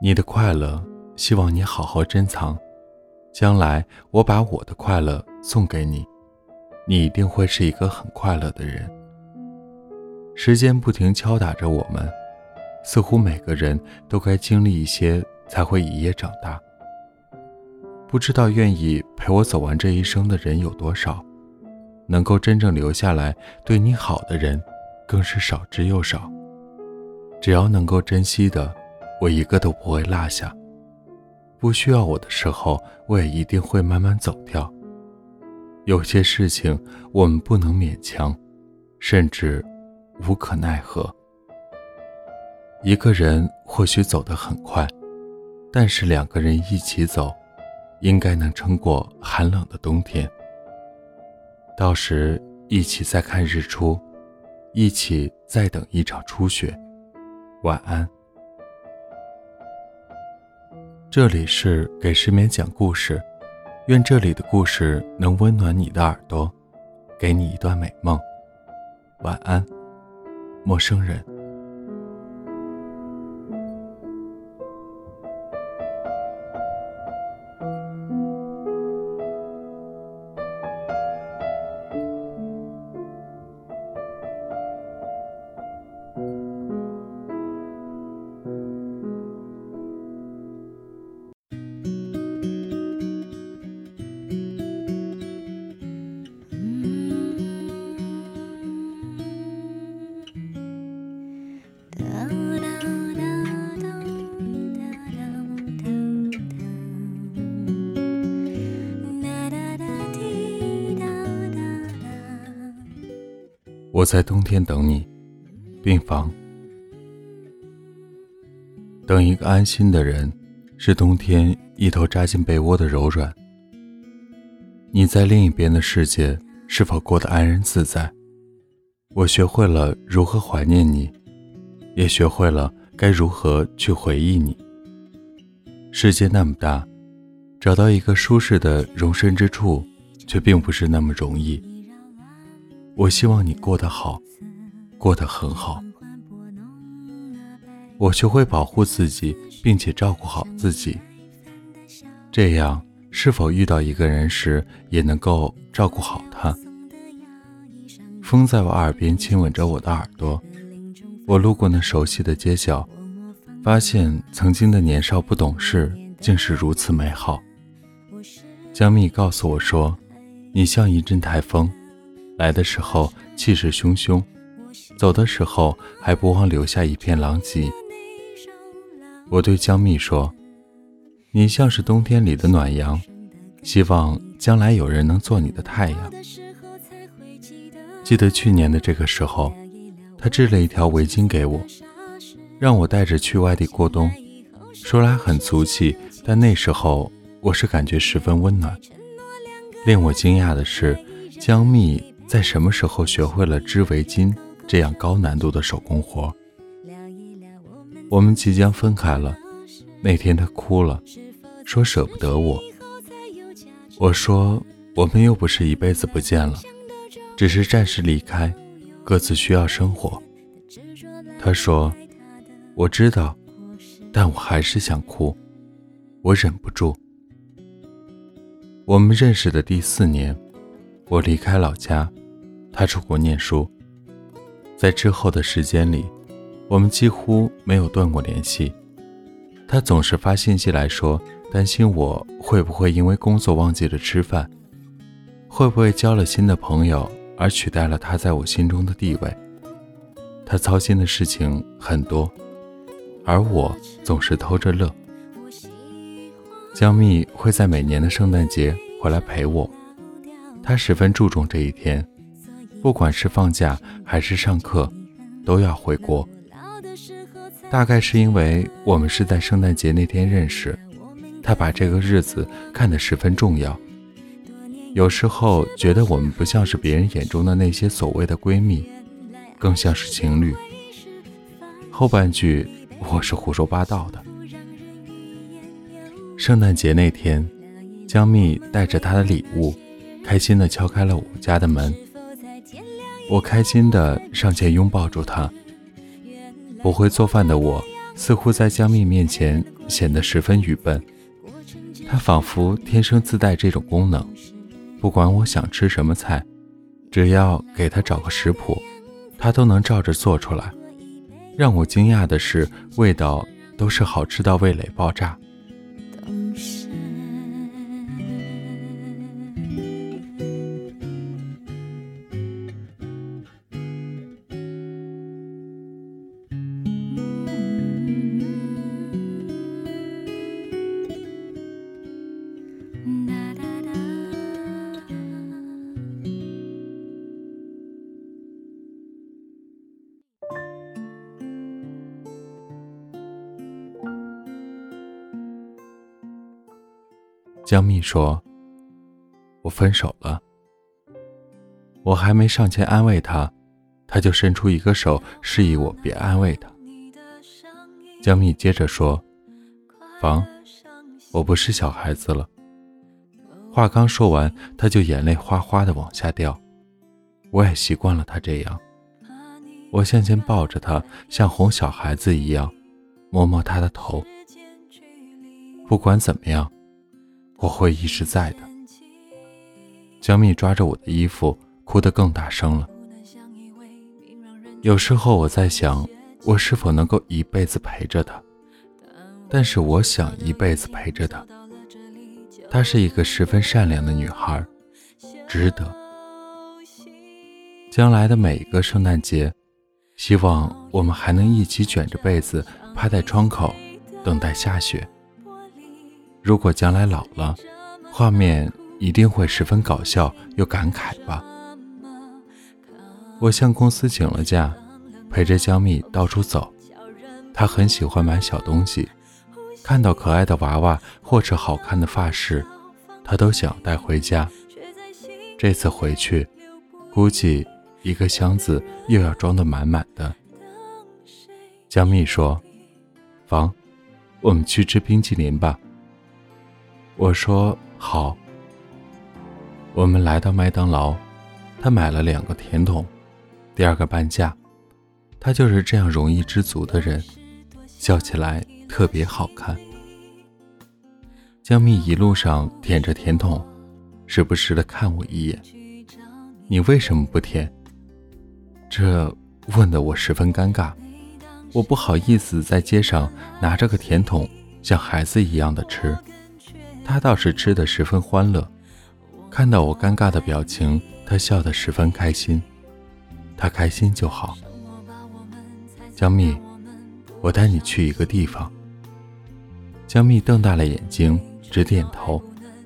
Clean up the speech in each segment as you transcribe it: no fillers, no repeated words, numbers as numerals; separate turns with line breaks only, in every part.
你的快乐希望你好好珍藏，将来我把我的快乐送给你，你一定会是一个很快乐的人。时间不停敲打着我们，似乎每个人都该经历一些才会一夜长大。不知道愿意陪我走完这一生的人有多少，能够真正留下来对你好的人更是少之又少。只要能够珍惜的，我一个都不会落下。不需要我的时候，我也一定会慢慢走掉。有些事情我们不能勉强，甚至无可奈何。一个人或许走得很快，但是两个人一起走，应该能撑过寒冷的冬天。到时一起再看日出，一起再等一场初雪。晚安。这里是给失眠讲故事，愿这里的故事能温暖你的耳朵，给你一段美梦。晚安，陌生人。我在冬天等你，病房。等一个安心的人，是冬天一头扎进被窝的柔软。你在另一边的世界是否过得安然自在？我学会了如何怀念你，也学会了该如何去回忆你。世界那么大，找到一个舒适的容身之处却并不是那么容易。我希望你过得好，过得很好。我学会保护自己，并且照顾好自己，这样是否遇到一个人时也能够照顾好他。风在我耳边亲吻着我的耳朵，我路过那熟悉的街角，发现曾经的年少不懂事竟是如此美好。江蜜告诉我说，你像一阵台风，来的时候气势汹汹，走的时候还不忘留下一片狼藉。我对江蜜说，你像是冬天里的暖阳，希望将来有人能做你的太阳。记得去年的这个时候，他织了一条围巾给我，让我带着去外地过冬。说来很俗气，但那时候我是感觉十分温暖。令我惊讶的是，江蜜在什么时候学会了织围巾这样高难度的手工活？我们即将分开了，那天他哭了，说舍不得我。我说，我们又不是一辈子不见了，只是暂时离开，各自需要生活。他说，我知道，但我还是想哭，我忍不住。我们认识的第4年，我离开老家，他出国念书。在之后的时间里，我们几乎没有断过联系。他总是发信息来说，担心我会不会因为工作忘记了吃饭，会不会交了新的朋友而取代了他在我心中的地位。他操心的事情很多，而我总是偷着乐。江蜜会在每年的圣诞节回来陪我，他十分注重这一天，不管是放假还是上课，都要回国。大概是因为我们是在圣诞节那天认识，他把这个日子看得十分重要。有时候觉得我们不像是别人眼中的那些所谓的闺蜜，更像是情侣。后半句我是胡说八道的。圣诞节那天，江蜜带着她的礼物，开心地敲开了我家的门。我开心地上前拥抱住她。不会做饭的我，似乎在江蜜面前显得十分愚笨。他仿佛天生自带这种功能，不管我想吃什么菜，只要给他找个食谱，他都能照着做出来。让我惊讶的是，味道都是好吃到味蕾爆炸。江蜜说，我分手了。我还没上前安慰她，她就伸出一个手示意我别安慰她。江蜜接着说，房，我不是小孩子了。话刚说完，她就眼泪哗哗地往下掉。我也习惯了她这样。我向前抱着她，像哄小孩子一样，摸摸她的头。不管怎么样，我会一直在的。江蜜抓着我的衣服，哭得更大声了。有时候我在想，我是否能够一辈子陪着她，但是我想一辈子陪着她。她是一个十分善良的女孩，值得。将来的每一个圣诞节，希望我们还能一起卷着被子趴在窗口等待下雪。如果将来老了，画面一定会十分搞笑又感慨吧。我向公司请了假，陪着江蜜到处走。她很喜欢买小东西，看到可爱的娃娃或者好看的发饰，她都想带回家。这次回去，估计一个箱子又要装得满满的。江蜜说，房，我们去吃冰淇淋吧。我说好。我们来到麦当劳，他买了2个甜筒，第2个半价。他就是这样容易知足的人，笑起来特别好看。江蜜一路上舔着甜筒，时不时地看我一眼。你为什么不舔？这问得我十分尴尬。我不好意思在街上拿着个甜筒像孩子一样的吃，他倒是吃得十分欢乐。看到我尴尬的表情，他笑得十分开心。他开心就好。江蜜，我带你去一个地方。江蜜瞪大了眼睛，直点头。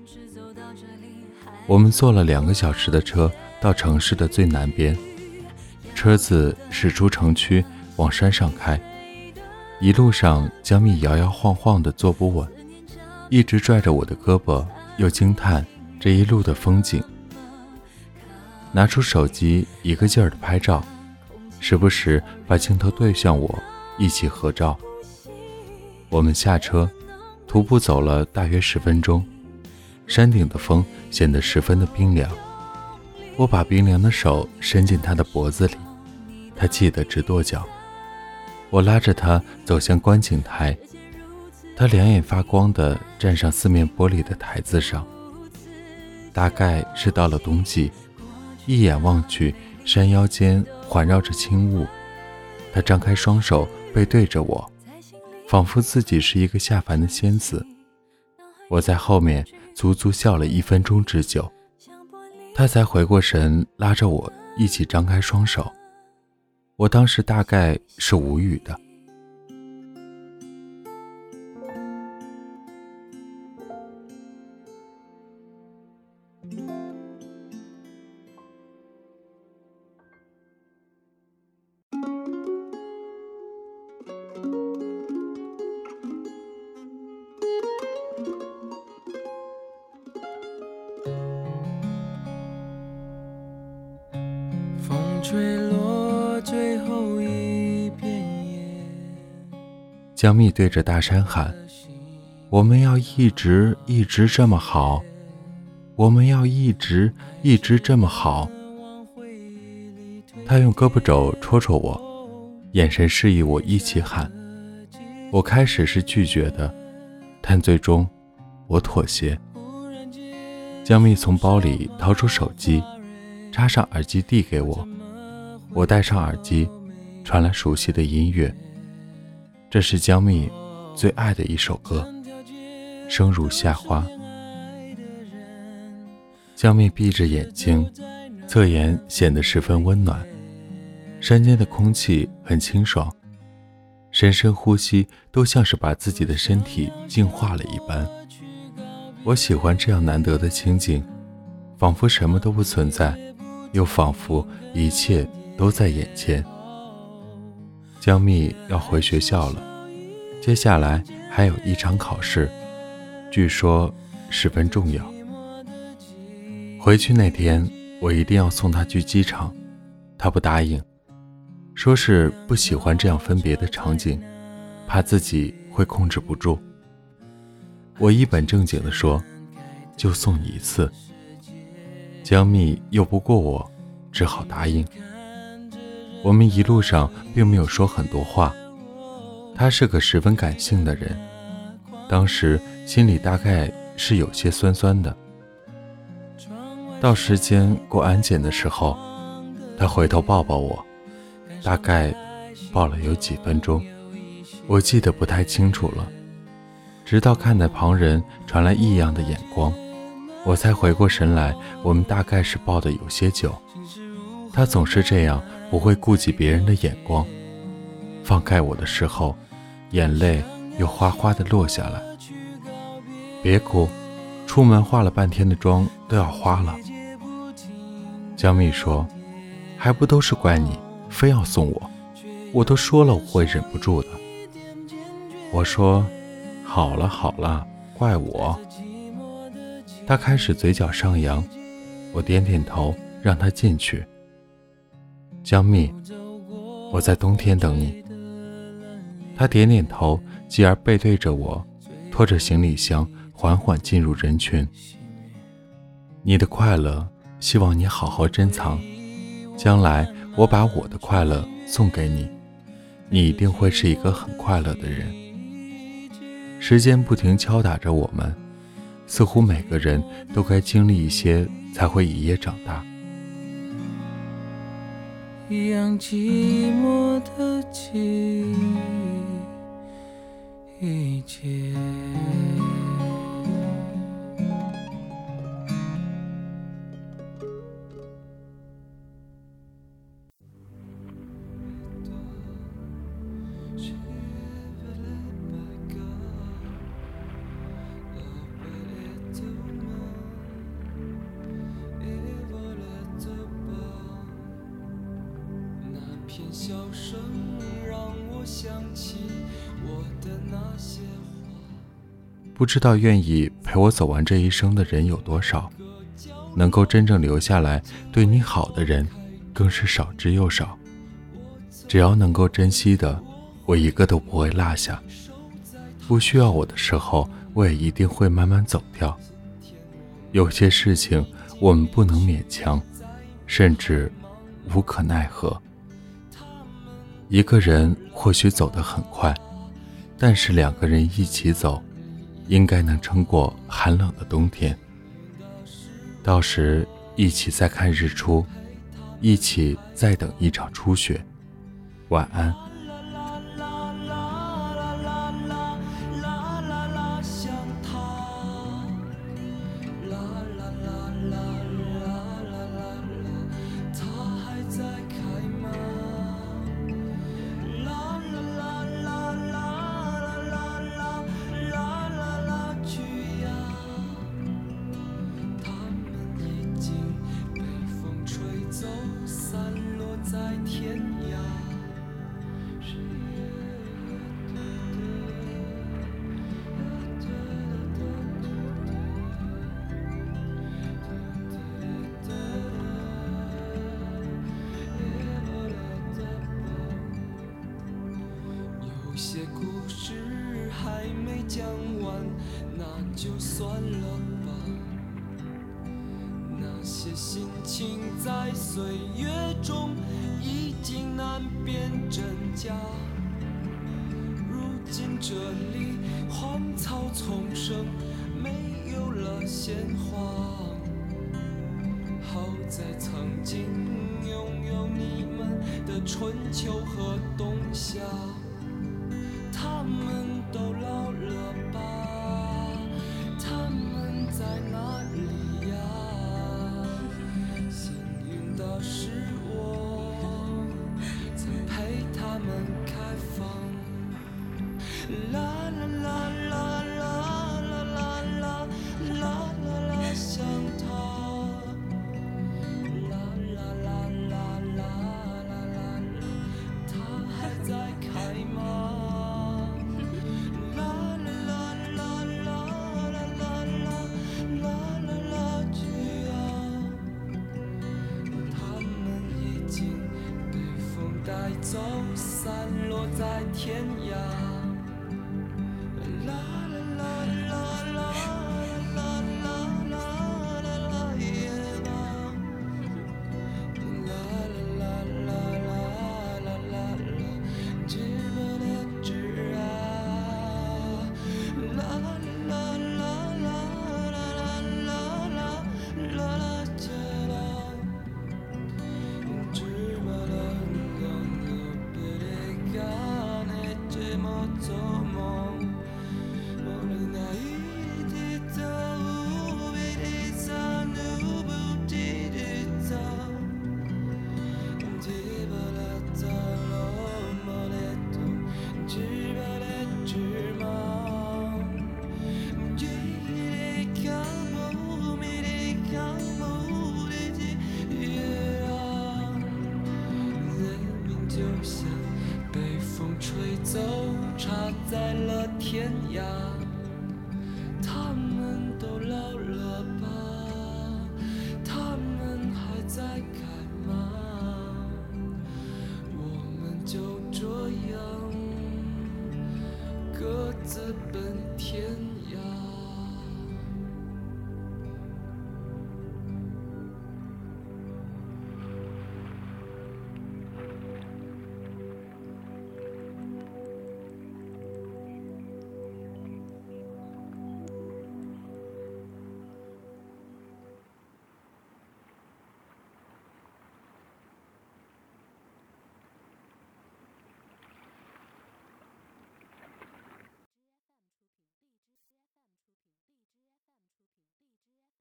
我们坐了2个小时的车到城市的最南边，车子驶出城区往山上开。一路上，江蜜摇摇晃晃地坐不稳，一直拽着我的胳膊，又惊叹这一路的风景。拿出手机一个劲儿地拍照，时不时把镜头对向我，一起合照。我们下车，徒步走了大约10分钟，山顶的风显得十分的冰凉。我把冰凉的手伸进他的脖子里，他气得直跺脚。我拉着他走向观景台，他两眼发光地站上4面玻璃的台子上。大概是到了冬季，一眼望去，山腰间环绕着轻雾。他张开双手背对着我，仿佛自己是一个下凡的仙子。我在后面足足笑了1分钟之久，他才回过神，拉着我一起张开双手。我当时大概是无语的。
吹落最后一片叶。
江蜜对着大山喊，我们要一直这么好，我们要一直这么好。他用胳膊肘戳戳我，眼神示意我一起喊。我开始是拒绝的， 但最终我妥协。江蜜从包里掏出手机，插上耳机递给我，我戴上耳机，传来熟悉的音乐。这是江蜜最爱的一首歌，生如夏花。江蜜闭着眼睛，侧颜显得十分温暖。山间的空气很清爽，深深呼吸都像是把自己的身体净化了一般。我喜欢这样难得的清静，仿佛什么都不存在，又仿佛一切都在眼前。江蜜要回学校了，接下来还有一场考试，据说十分重要。回去那天，我一定要送她去机场，她不答应，说是不喜欢这样分别的场景，怕自己会控制不住。我一本正经地说，就送一次。江蜜拗不过我，只好答应。我们一路上并没有说很多话，他是个十分感性的人，当时心里大概是有些酸酸的。到时间过安检的时候，他回头抱抱我，大概抱了有几分钟，我记得不太清楚了。直到看待旁人传来异样的眼光，我才回过神来，我们大概是抱得有些久。他总是这样，不会顾及别人的眼光，放开我的时候，眼泪又哗哗地落下来。别哭，出门化了半天的妆都要花了。江蜜说，还不都是怪你，非要送我，我都说了我会忍不住的。我说，好了好了，怪我。他开始嘴角上扬，我点点头让他进去。江蜜，我在冬天等你。他点点头，继而背对着我，拖着行李箱缓缓进入人群。你的快乐，希望你好好珍藏，将来我把我的快乐送给你，你一定会是一个很快乐的人。时间不停敲打着我们，似乎每个人都该经历一些才会一夜长大。
一样寂寞的季节。笑声让我想起我的那些话。
不知道愿意陪我走完这一生的人有多少，能够真正留下来对你好的人更是少之又少。只要能够珍惜的，我一个都不会落下。不需要我的时候，我也一定会慢慢走掉。有些事情我们不能勉强，甚至无可奈何。一个人或许走得很快，但是两个人一起走，应该能撑过寒冷的冬天。到时一起再看日出，一起再等一场初雪。晚安。
有些故事还没讲完，那就算了吧。那些心情在岁月中已经难辨真假，如今这里荒草丛生，没有了鲜花。好在曾经拥有你们的春秋和冬夏，他们都老了吧？他们在哪里呀？幸运的是我曾陪他们开放。啦啦啦啦啦啦啦啦啦啦啦，像他。啦啦啦啦啦啦啦啦，他还在开吗？啦啦啦啦啦啦啦啦啦啦，去啊！他们已经被风带走，散落在天涯。啦啦啦啦啦啦啦啦啦啦耶啦，啦啦啦啦啦啦啦，知不得知啊，啦啦啦啦啦啦啦啦啦知啦，知不得能别的干的这么做梦。就像被风吹走，插在了天涯。